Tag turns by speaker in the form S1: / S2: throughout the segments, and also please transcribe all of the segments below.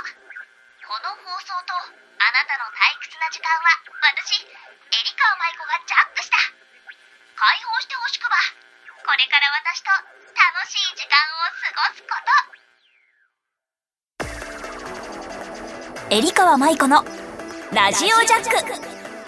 S1: この放送とあなたの退屈な時間は私、エリカ舞子がジャックした。解放してほしくば、これから私と楽しい時間を過ごすこと。
S2: エリカ舞子のラジオジャック。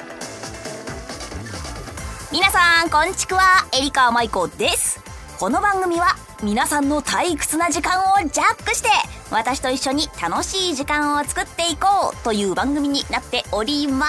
S2: 皆さんこんちくわ、エリカ舞子です。この番組は皆さんの退屈な時間をジャックして、私と一緒に楽しい時間を作っていこうという番組になっております。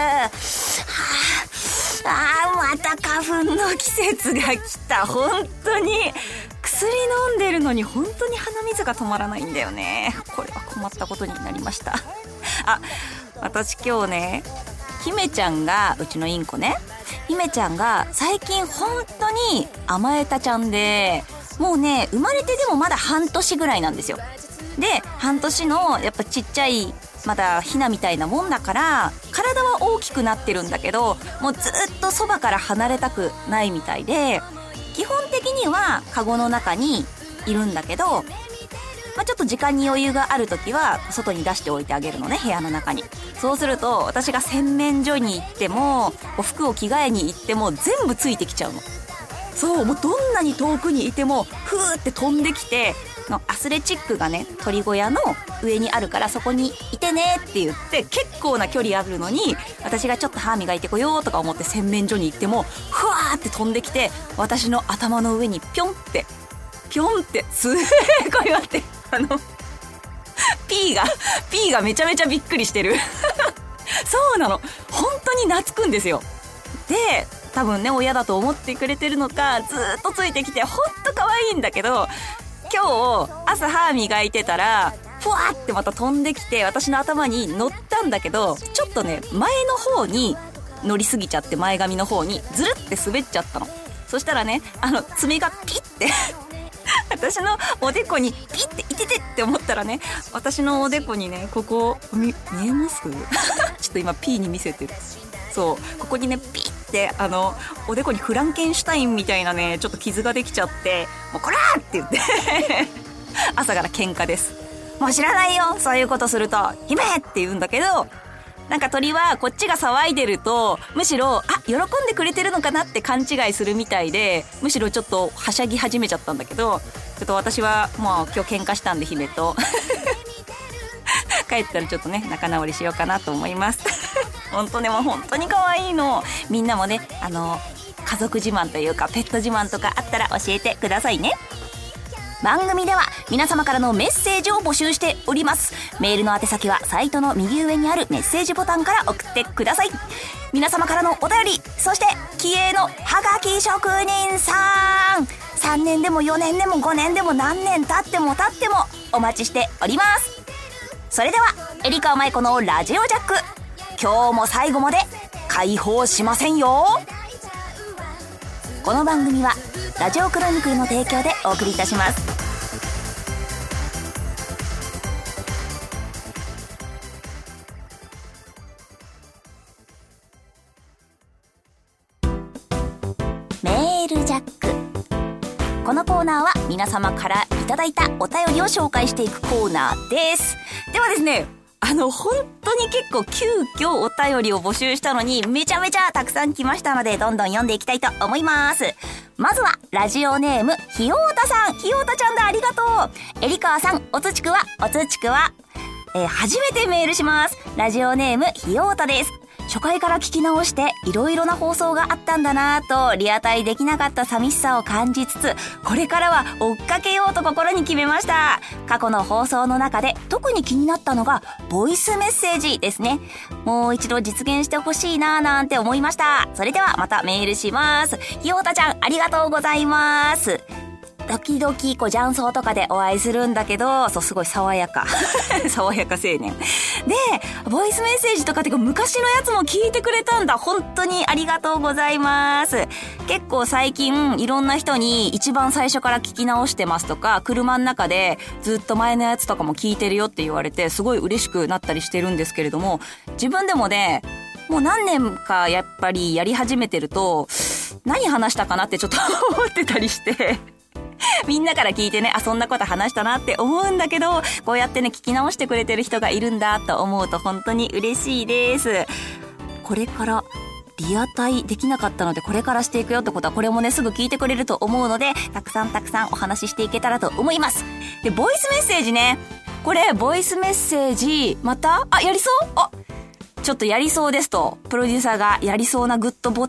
S2: また花粉の季節が来た。本当に薬飲んでるのに本当に鼻水が止まらないんだよね。これは困ったことになりました。私今日ね、姫ちゃんが、うちのインコね、姫ちゃんが最近本当に甘えたちゃんで、もうね、生まれてでもまだ半年ぐらいなんですよ。で、半年のやっぱちっちゃいまだヒナみたいなもんだから、体は大きくなってるんだけど、もうずっとそばから離れたくないみたいで、基本的にはカゴの中にいるんだけど、ちょっと時間に余裕があるときは外に出しておいてあげるのね、部屋の中に。そうすると私が洗面所に行っても服を着替えに行っても全部ついてきちゃうの。そう、もうどんなに遠くにいてもふーって飛んできて、アスレチックがね、鳥小屋の上にあるからそこにいてねって言って、結構な距離あるのに、私がちょっと歯磨いてこようとか思って洗面所に行ってもふわーって飛んできて、私の頭の上にピョンってすごい待って、P がめちゃめちゃびっくりしてるそうなの、本当に懐くんですよ。で、多分ね、親だと思ってくれてるのか、ずーっとついてきてほんと可愛いんだけど、今日朝歯磨いてたらふわーってまた飛んできて私の頭に乗ったんだけど、ちょっとね、前の方に乗りすぎちゃって、前髪の方にずるって滑っちゃったの。そしたらね、爪がピッて私のおでこにピッて、いててって思ったらね、私のおでこにね、ここ見えますちょっと今 P に見せてる。そう、ここにね、ピッておでこにフランケンシュタインみたいなね、ちょっと傷ができちゃって、もうこらーって言って朝から喧嘩です。もう知らないよ、そういうことすると姫って言うんだけど、なんか鳥はこっちが騒いでるとむしろ喜んでくれてるのかなって勘違いするみたいで、むしろちょっとはしゃぎ始めちゃったんだけど、ちょっと私はもう今日喧嘩したんで姫と帰ったらちょっとね、仲直りしようかなと思います本当ね、もう本当に可愛いの。みんなもね、家族自慢というかペット自慢とかあったら教えてくださいね。番組では皆様からのメッセージを募集しております。メールの宛先はサイトの右上にあるメッセージボタンから送ってください。皆様からのお便り、そして気鋭のハガキ職人さん、3年でも4年でも5年でも何年経ってもお待ちしております。それではエリカ舞子のラジオジャック、今日も最後まで解放しませんよ。この番組はラジオクロニクルの提供でお送りいたします。メールジャック。このコーナーは皆様からいただいたお便りを紹介していくコーナーです。ではですね、本当に結構急遽お便りを募集したのにめちゃめちゃたくさん来ましたので、どんどん読んでいきたいと思います。まずはラジオネームひようたさん。ひようたちゃんだ、ありがとう。エリカワさん、おつちくわ。初めてメールします。ラジオネームひようたです。初回から聞き直していろいろな放送があったんだなぁと、リアタイできなかった寂しさを感じつつ、これからは追っかけようと心に決めました。過去の放送の中で特に気になったのがボイスメッセージですね。もう一度実現してほしいなぁなんて思いました。それではまたメールします。ひようたちゃん、ありがとうございます。時々雀荘とかでお会いするんだけど、そう、すごい爽やか爽やか青年で、ボイスメッセージとかってか昔のやつも聞いてくれたんだ。本当にありがとうございます。結構最近いろんな人に一番最初から聞き直してますとか、車の中でずっと前のやつとかも聞いてるよって言われて、すごい嬉しくなったりしてるんですけれども、自分でもね、もう何年かやっぱりやり始めてると、何話したかなってちょっと思ってたりしてみんなから聞いてね、そんなこと話したなって思うんだけど、こうやってね、聞き直してくれてる人がいるんだと思うと本当に嬉しいです。これからリアタイできなかったので、これからしていくよってことは、これもね、すぐ聞いてくれると思うので、たくさんお話ししていけたらと思います。で、ボイスメッセージね。これ、ボイスメッセージ、またやりそう？ちょっとやりそうですと、プロデューサーがやりそうなグッドマ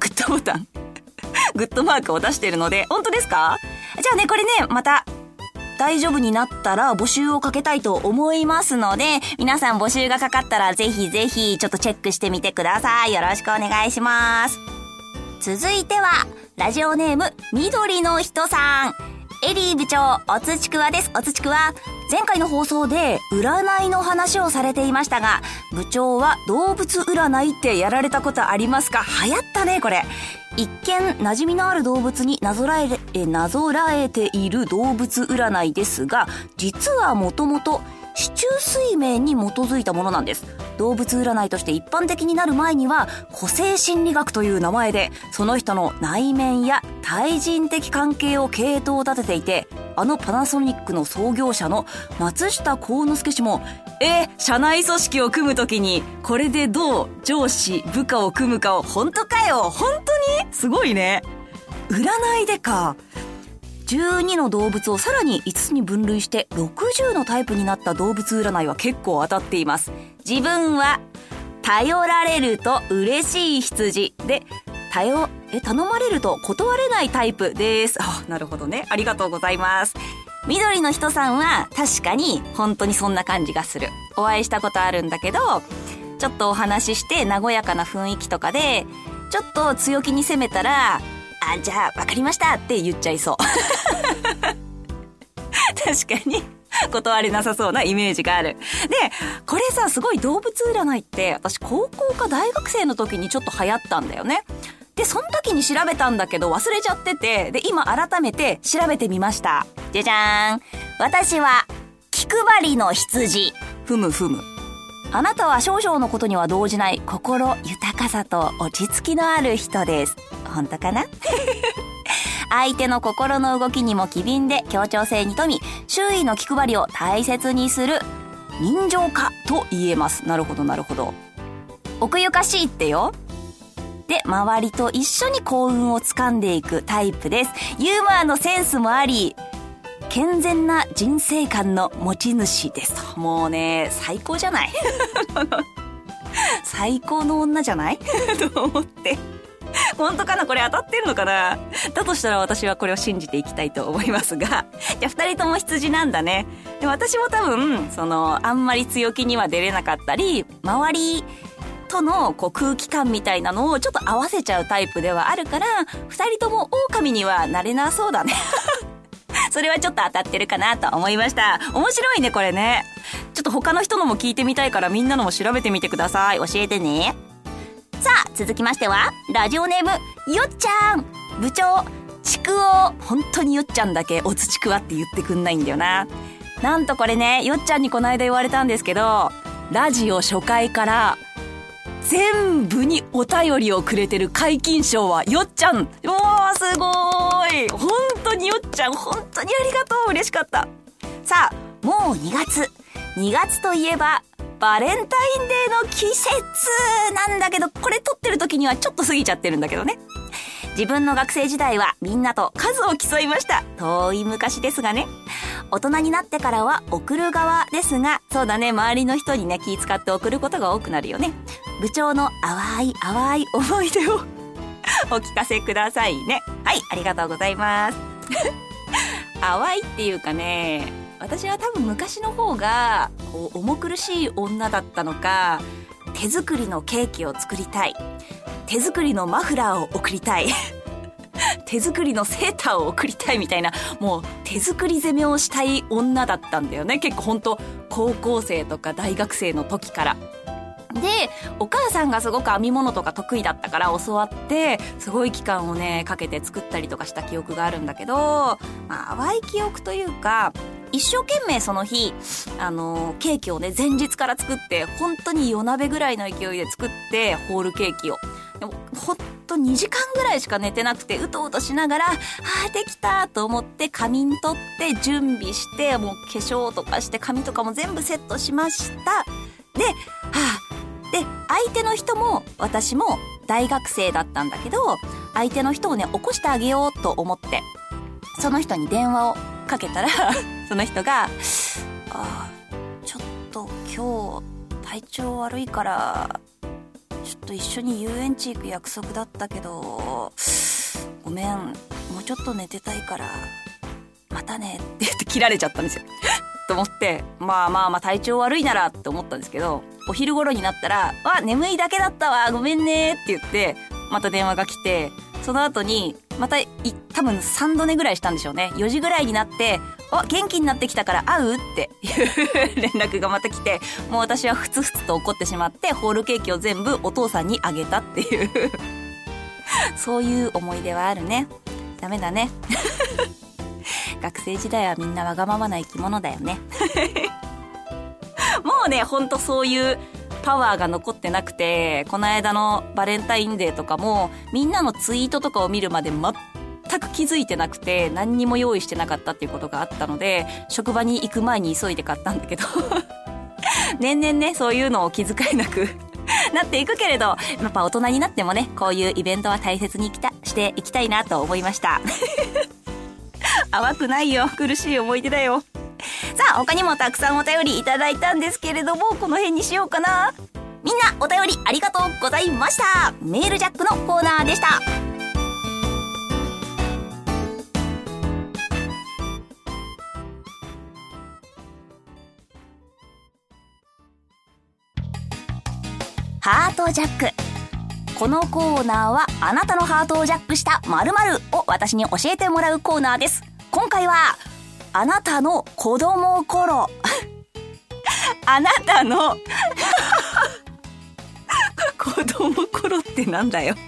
S2: ークを出してるので、本当ですか？じゃあね、これね、また、大丈夫になったら募集をかけたいと思いますので、皆さん募集がかかったらぜひぜひちょっとチェックしてみてください。よろしくお願いします。続いては、ラジオネーム、緑の人さん。エリー部長、おつちくわです。おつちくわ。前回の放送で占いの話をされていましたが、部長は動物占いってやられたことありますか？流行ったね、これ。一見馴染みのある動物になぞらえている動物占いですが、実はもともと四柱推命に基づいたものなんです。動物占いとして一般的になる前には、個性心理学という名前で、その人の内面や対人的関係を系統を立てていて、パナソニックの創業者の松下幸之助氏も、社内組織を組むときに、これでどう上司、部下を組むかを、本当かよ、本当にすごいね。占いでか。12の動物をさらに5つに分類して60のタイプになった動物占いは結構当たっています。自分は頼られると嬉しい羊で、頼まれると断れないタイプです。なるほどね。ありがとうございます。緑の人さんは確かに本当にそんな感じがする。お会いしたことあるんだけど、ちょっとお話しして和やかな雰囲気とかで、ちょっと強気に攻めたら、じゃあわかりましたって言っちゃいそう。確かに断れなさそうなイメージがある。で、これさ、すごい動物占いって私高校か大学生の時にちょっと流行ったんだよね。で、その時に調べたんだけど忘れちゃってて、で、今改めて調べてみました。じゃじゃーん。私は気配りの羊。ふむふむ。あなたは少々のことには動じない心豊かさと落ち着きのある人です。本当かな？相手の心の動きにも機敏で協調性に富み、周囲の気配りを大切にする人情家と言えます。なるほどなるほど。奥ゆかしいってよ。で、周りと一緒に幸運をつかんでいくタイプです。ユーモアのセンスもあり、健全な人生観の持ち主です。もうね、最高じゃない？最高の女じゃない？と思って。本当かな？これ当たってるのかな？だとしたら私はこれを信じていきたいと思いますが。じゃあ2人とも羊なんだね。で、私も多分、あんまり強気には出れなかったり、周りとの空気感みたいなのをちょっと合わせちゃうタイプではあるから、2人とも狼にはなれなそうだね。それはちょっと当たってるかなと思いました。面白いね、これね。ちょっと他の人のも聞いてみたいからみんなのも調べてみてください。教えてね。さあ、続きましては、ラジオネーム、よっちゃん。部長、ちくお。本当によっちゃんだけおつちくわって言ってくんないんだよな。なんとこれね、よっちゃんにこの間言われたんですけど、ラジオ初回から全部にお便りをくれてる解禁賞はよっちゃん。もうすごーい。本当によっちゃん、本当にありがとう。嬉しかった。さあ、もう2月。2月といえば、バレンタインデーの季節なんだけど、これ撮ってる時にはちょっと過ぎちゃってるんだけどね。自分の学生時代はみんなと数を競いました。遠い昔ですがね。大人になってからは送る側ですが、そうだね、周りの人にね、気遣って送ることが多くなるよね。部長の淡い淡い思い出をお聞かせくださいね。はい、ありがとうございます。淡いっていうかね、私は多分昔の方が重苦しい女だったのか、手作りのケーキを作りたい、手作りのマフラーを送りたい、手作りのセーターを送りたいみたいな、もう手作り攻めをしたい女だったんだよね。結構本当高校生とか大学生の時から。で、お母さんがすごく編み物とか得意だったから教わって、すごい期間をねかけて作ったりとかした記憶があるんだけど、淡い記憶というか、一生懸命その日ケーキをね前日から作って、本当に夜鍋ぐらいの勢いで作って、ホールケーキをでも本当と2時間ぐらいしか寝てなくて、うとうとしながら、できたと思って仮眠取って準備して、もう化粧とかして髪とかも全部セットしました。で、で、相手の人も私も大学生だったんだけど、相手の人をね、起こしてあげようと思って、その人に電話をかけたら、その人が、ちょっと今日体調悪いから、ちょっと一緒に遊園地行く約束だったけど、ごめん、もうちょっと寝てたいから、またねって言って切られちゃったんですよ。と思って、まあ体調悪いならって思ったんですけど、お昼頃になったら、眠いだけだったわ、ごめんねって言って、また電話が来て、その後に、また多分3度寝ぐらいしたんでしょうね。4時ぐらいになって、元気になってきたから会うっていう連絡がまた来て、もう私はふつふつと怒ってしまって、ホールケーキを全部お父さんにあげたっていうそういう思い出はあるね。ダメだね学生時代はみんなわがままな生き物だよねもうね、ほんとそういうパワーが残ってなくて、この間のバレンタインデーとかもみんなのツイートとかを見るまで全く気づいてなくて、何にも用意してなかったっていうことがあったので、職場に行く前に急いで買ったんだけど年々ね、そういうのを気遣えなくなっていくけれど、やっぱ大人になってもね、こういうイベントは大切にしていきたいなと思いました淡くないよ、苦しい思い出だよ。さあ、他にもたくさんお便りいただいたんですけれども、この辺にしようかな。みんなお便りありがとうございました。メールジャックのコーナーでした。ハートジャック。このコーナーはあなたのハートをジャックした〇〇を私に教えてもらうコーナーです。今回はあなたの子供頃あなたの子供頃ってなんだよ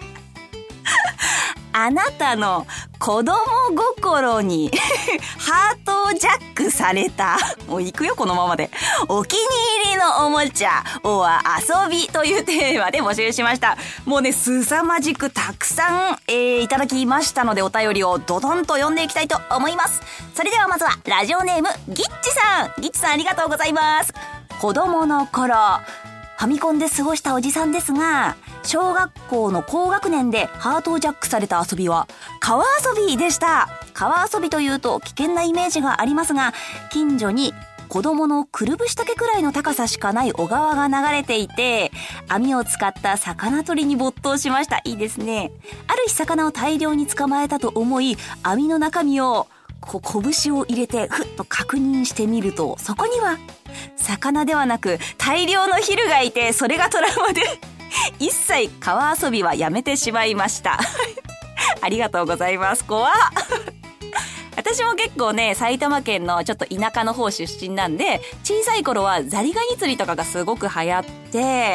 S2: あなたの子供心にハートをジャックされた、もう行くよこのままで、お気に入りのおもちゃ遊びというテーマで募集しました。もうね、凄まじくたくさん、いただきましたので、お便りをドドンと読んでいきたいと思います。それではまずはラジオネームギッチさんありがとうございます。子供の頃ファミコンで過ごしたおじさんですが、小学校の高学年でハートをジャックされた遊びは川遊びでした。川遊びというと危険なイメージがありますが、近所に子供のくるぶし丈くらいの高さしかない小川が流れていて、網を使った魚取りに没頭しました。いいですね。ある日魚を大量に捕まえたと思い、網の中身を拳を入れてふっと確認してみると、そこには魚ではなく大量のヒルがいて、それがトラウマで一切川遊びはやめてしまいましたありがとうございます。怖っ私も結構ね、埼玉県のちょっと田舎の方出身なんで、小さい頃はザリガニ釣りとかがすごく流行って、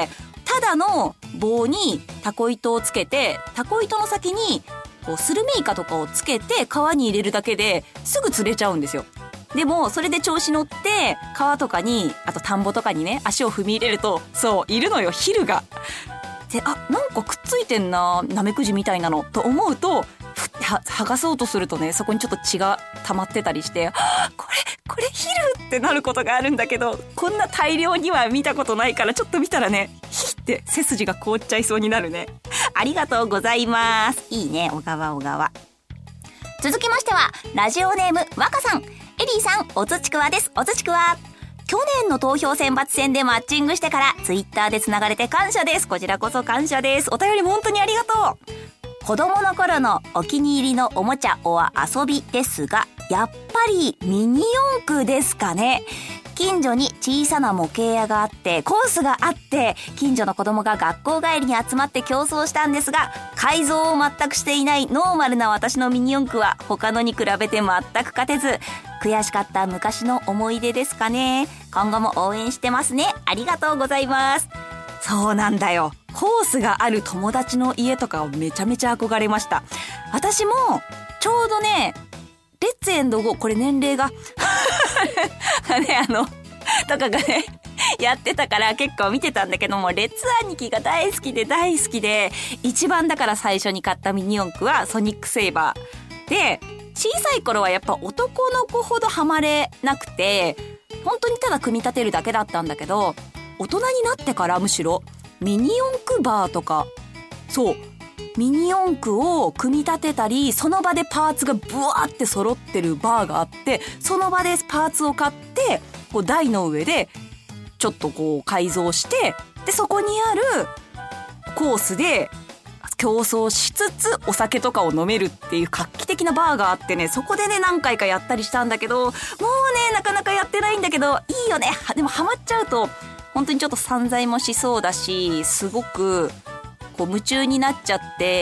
S2: ただの棒にタコ糸をつけて、タコ糸の先にスルメイカとかをつけて川に入れるだけですぐ釣れちゃうんですよ。でもそれで調子乗って川とかに、あと田んぼとかにね、足を踏み入れると、そういるのよ、ヒルが。で、なんかくっついてんな、ナメクジみたいなのと思うと、剥がそうとするとね、そこにちょっと血が溜まってたりして、これヒルってなることがあるんだけど、こんな大量には見たことないから、ちょっと見たらね、ヒって背筋が凍っちゃいそうになるね。ありがとうございます。いいね、小川。続きましてはラジオネーム若さん。エリーさん、おつちくわです。おつちくわ、去年の投票選抜戦でマッチングしてからツイッターでつながれて感謝です。こちらこそ感謝です。お便り本当にありがとう。子供の頃のお気に入りのおもちゃ遊びですが、やっぱりミニ四駆ですかね。近所に小さな模型屋があって、コースがあって、近所の子供が学校帰りに集まって競争したんですが、改造を全くしていないノーマルな私のミニ四駆は他のに比べて全く勝てず、悔しかった昔の思い出ですかね。今後も応援してますね。ありがとうございます。そうなんだよ。コースがある友達の家とかをめちゃめちゃ憧れました。私もちょうどね、レッツエンドゴー、これ年齢がね、とかがね、 やってたから結構見てたんだけども、レッツ兄貴が大好きで、一番だから最初に買ったミニ四駆はソニックセイバーで、小さい頃はやっぱ男の子ほどハマれなくて、本当にただ組み立てるだけだったんだけど、大人になってからむしろミニ四駆バーとか、そうミニ四駆を組み立てたり、その場でパーツがブワーって揃ってるバーがあって、その場でパーツを買ってこう台の上でちょっとこう改造して、でそこにあるコースで競争しつつお酒とかを飲めるっていう画期的なバーがあってね、そこでね何回かやったりしたんだけど、もうねなかなかやってないんだけど、いいよね。でもハマっちゃうと本当にちょっと散財もしそうだし、すごくこう夢中になっちゃって、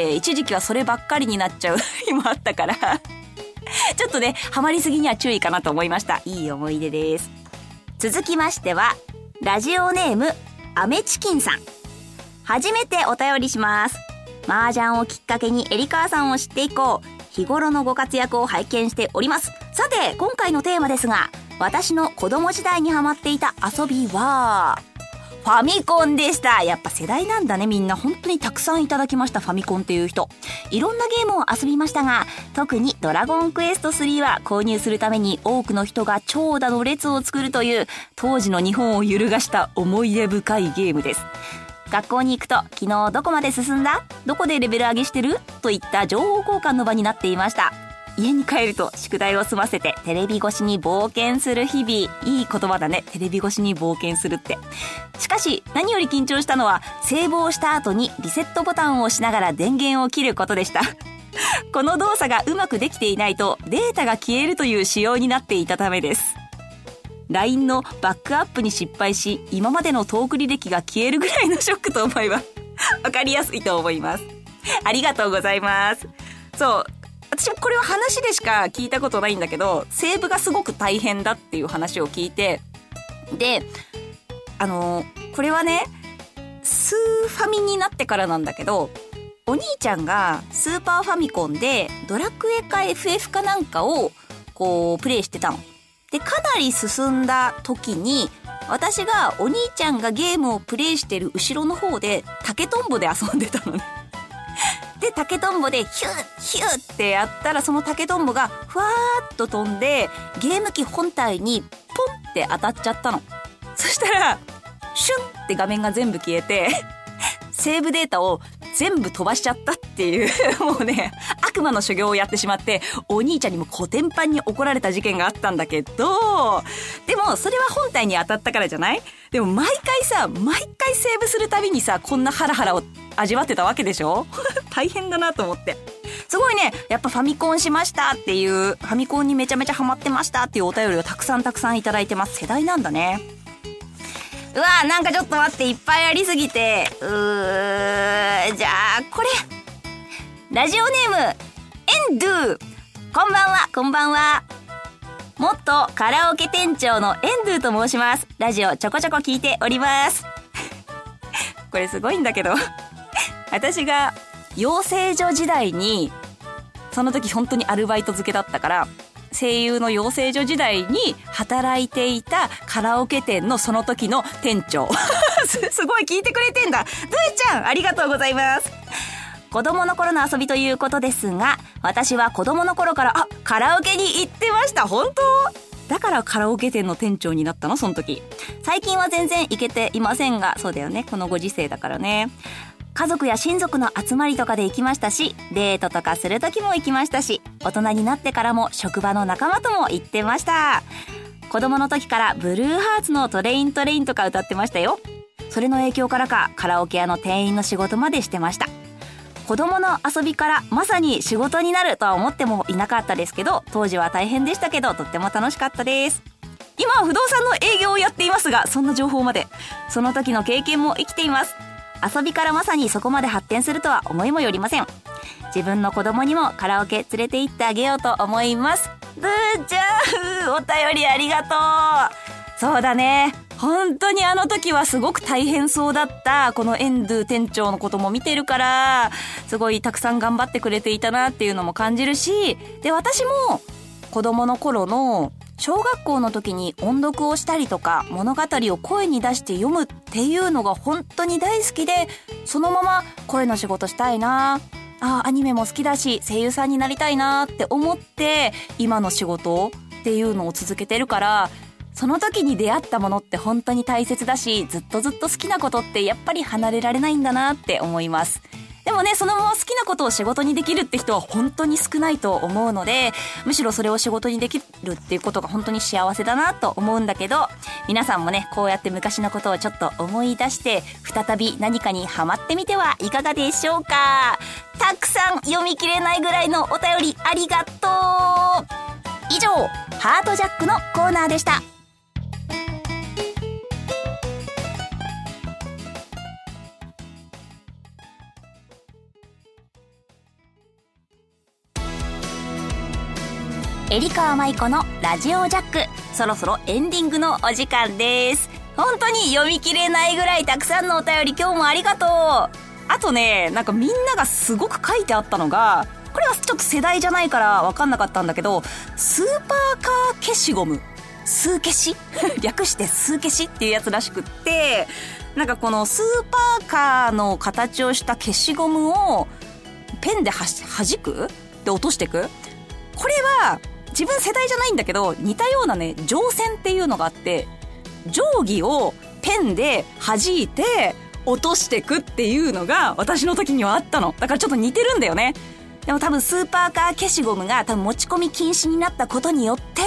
S2: 一時期はそればっかりになっちゃう日もあったからちょっとねハマりすぎには注意かなと思いました。いい思い出です。続きましてはラジオネームアメチキンさん。初めてお便りします。麻雀をきっかけにエリカーさんを知っていこう。日頃のご活躍を拝見しております。さて今回のテーマですが、私の子供時代にハマっていた遊びはファミコンでした。やっぱ世代なんだね。みんな本当にたくさんいただきました。ファミコンっていう人、いろんなゲームを遊びましたが、特にドラゴンクエスト3は購入するために多くの人が長蛇の列を作るという、当時の日本を揺るがした思い出深いゲームです。学校に行くと、昨日どこまで進んだ？どこでレベル上げしてる？といった情報交換の場になっていました。家に帰ると宿題を済ませてテレビ越しに冒険する日々。いい言葉だね、テレビ越しに冒険するって。しかし何より緊張したのは、セーブをした後にリセットボタンを押しながら電源を切ることでしたこの動作がうまくできていないとデータが消えるという仕様になっていたためです。 LINE のバックアップに失敗し、今までのトーク履歴が消えるぐらいのショックと思えばわかりやすいと思います。ありがとうございます。そう、私もこれは話でしか聞いたことないんだけど、セーブがすごく大変だっていう話を聞いて、でこれはねスーファミになってからなんだけど、お兄ちゃんがスーパーファミコンでドラクエか FF かなんかをこうプレイしてたので、かなり進んだ時に、私がお兄ちゃんがゲームをプレイしてる後ろの方で竹とんぼで遊んでたのねで竹とんぼでヒュッヒュッってやったら、その竹とんぼがふわーっと飛んでゲーム機本体にポンって当たっちゃったの。そしたらシュンって画面が全部消えてセーブデータを全部飛ばしちゃったっていうもうね悪魔の修行をやってしまって、お兄ちゃんにもコテンパンに怒られた事件があったんだけど、でもそれは本体に当たったからじゃない？でも毎回セーブするたびにさ、こんなハラハラを味わってたわけでしょ大変だなと思って、すごいね、やっぱファミコンしましたっていう、ファミコンにめちゃめちゃハマってましたっていうお便りをたくさんいただいてます。世代なんだね。うわー、なんかちょっと待って、いっぱいありすぎて、じゃあこれラジオネームエンドゥ、こんばんは。もっとカラオケ店長のエンドゥと申します。ラジオちょこちょこ聞いておりますこれすごいんだけど私が養成所時代に、その時本当にアルバイト漬けだったから、声優の養成所時代に働いていたカラオケ店のその時の店長すごい聞いてくれてんだ。ドゥちゃんありがとうございます。子供の頃の遊びということですが、私は子供の頃からカラオケに行ってました。本当？だからカラオケ店の店長になったの？その時。最近は全然行けていませんが、そうだよね、このご時世だからね。家族や親族の集まりとかで行きましたし、デートとかする時も行きましたし、大人になってからも職場の仲間とも行ってました。子供の時からブルーハーツのトレインとか歌ってましたよ。それの影響からか、カラオケ屋の店員の仕事までしてました。子供の遊びからまさに仕事になるとは思ってもいなかったですけど、当時は大変でしたけど、とっても楽しかったです。今は不動産の営業をやっていますが、そんな情報まで。その時の経験も生きています。遊びからまさにそこまで発展するとは思いもよりません。自分の子供にもカラオケ連れて行ってあげようと思います。ブーちゃん、お便りありがとう。そうだね、本当にあの時はすごく大変そうだったこのエンドゥ店長のことも見てるから、すごいたくさん頑張ってくれていたなっていうのも感じるし、で私も子供の頃の小学校の時に音読をしたりとか物語を声に出して読むっていうのが本当に大好きで、そのまま声の仕事したいな、アニメも好きだし声優さんになりたいなって思って今の仕事っていうのを続けてるから、その時に出会ったものって本当に大切だし、ずっと好きなことってやっぱり離れられないんだなって思います。でもね、そのまま好きなことを仕事にできるって人は本当に少ないと思うので、むしろそれを仕事にできるっていうことが本当に幸せだなと思うんだけど、皆さんもね、こうやって昔のことをちょっと思い出して再び何かにハマってみてはいかがでしょうか。たくさん読み切れないぐらいのお便りありがとう。以上、ハートジャックのコーナーでした。エリカワマイコのラジオジャック、そろそろエンディングのお時間です。本当に読み切れないぐらいたくさんのお便り今日もありがとう。あとね、なんかみんながすごく書いてあったのが、これはちょっと世代じゃないから分かんなかったんだけど、スーパーカー消しゴム、スー消し略してスー消しっていうやつらしくって、なんかこのスーパーカーの形をした消しゴムをペンで弾くで落としていく。これは自分世代じゃないんだけど、似たようなね、定線っていうのがあって、定規をペンで弾いて落としてくっていうのが私の時にはあったの。だからちょっと似てるんだよね。でも多分スーパーカー消しゴムが多分持ち込み禁止になったことによって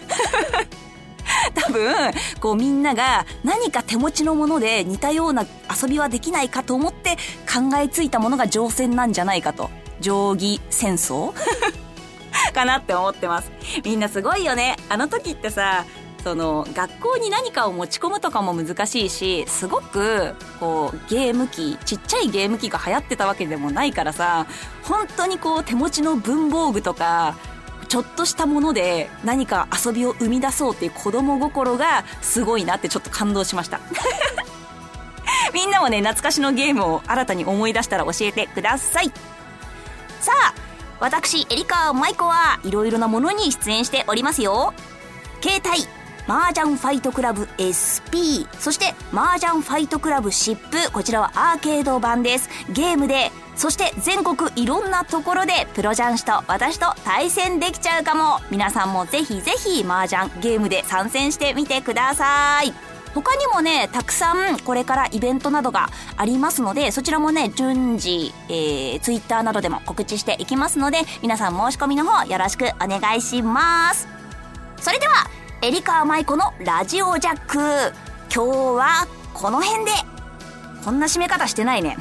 S2: 多分こうみんなが何か手持ちのもので似たような遊びはできないかと思って考えついたものが定線なんじゃないかと。定規戦争かなって思ってます。みんなすごいよね。あの時ってさ、その学校に何かを持ち込むとかも難しいし、すごくこうゲーム機、ちっちゃいゲーム機が流行ってたわけでもないからさ、本当にこう手持ちの文房具とかちょっとしたもので何か遊びを生み出そうっていう子供心がすごいなってちょっと感動しましたみんなもね、懐かしのゲームを新たに思い出したら教えてください。さあ、私エリカマイコはいろいろなものに出演しておりますよ。携帯麻雀ファイトクラブ SP、 そして麻雀ファイトクラブシップ、こちらはアーケード版です。ゲームで、そして全国いろんなところでプロ雀士と私と対戦できちゃうかも。皆さんもぜひぜひ麻雀ゲームで参戦してみてください。他にもね、たくさんこれからイベントなどがありますので、そちらもね、順次、ツイッターなどでも告知していきますので、皆さん申し込みの方よろしくお願いします。それではエリカマイコのラジオジャック、今日はこの辺で。こんな締め方してないね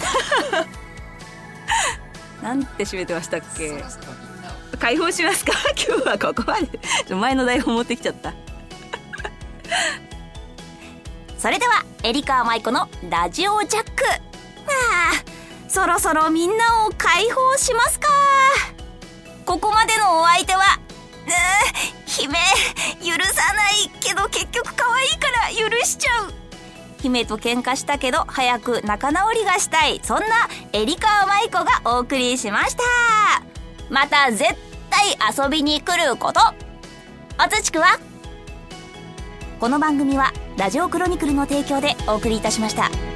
S2: なんて締めてましたっけ。解放しますか今日はここまで前の台本持ってきちゃったそれではエリカマイコのラジオジャック、そろそろみんなを解放しますか。ここまでのお相手は姫、許さないけど結局可愛いから許しちゃう。姫と喧嘩したけど早く仲直りがしたい、そんなエリカマイコがお送りしました。また絶対遊びに来ること。おつちくわ。この番組はラジオクロニクルの提供でお送りいたしました。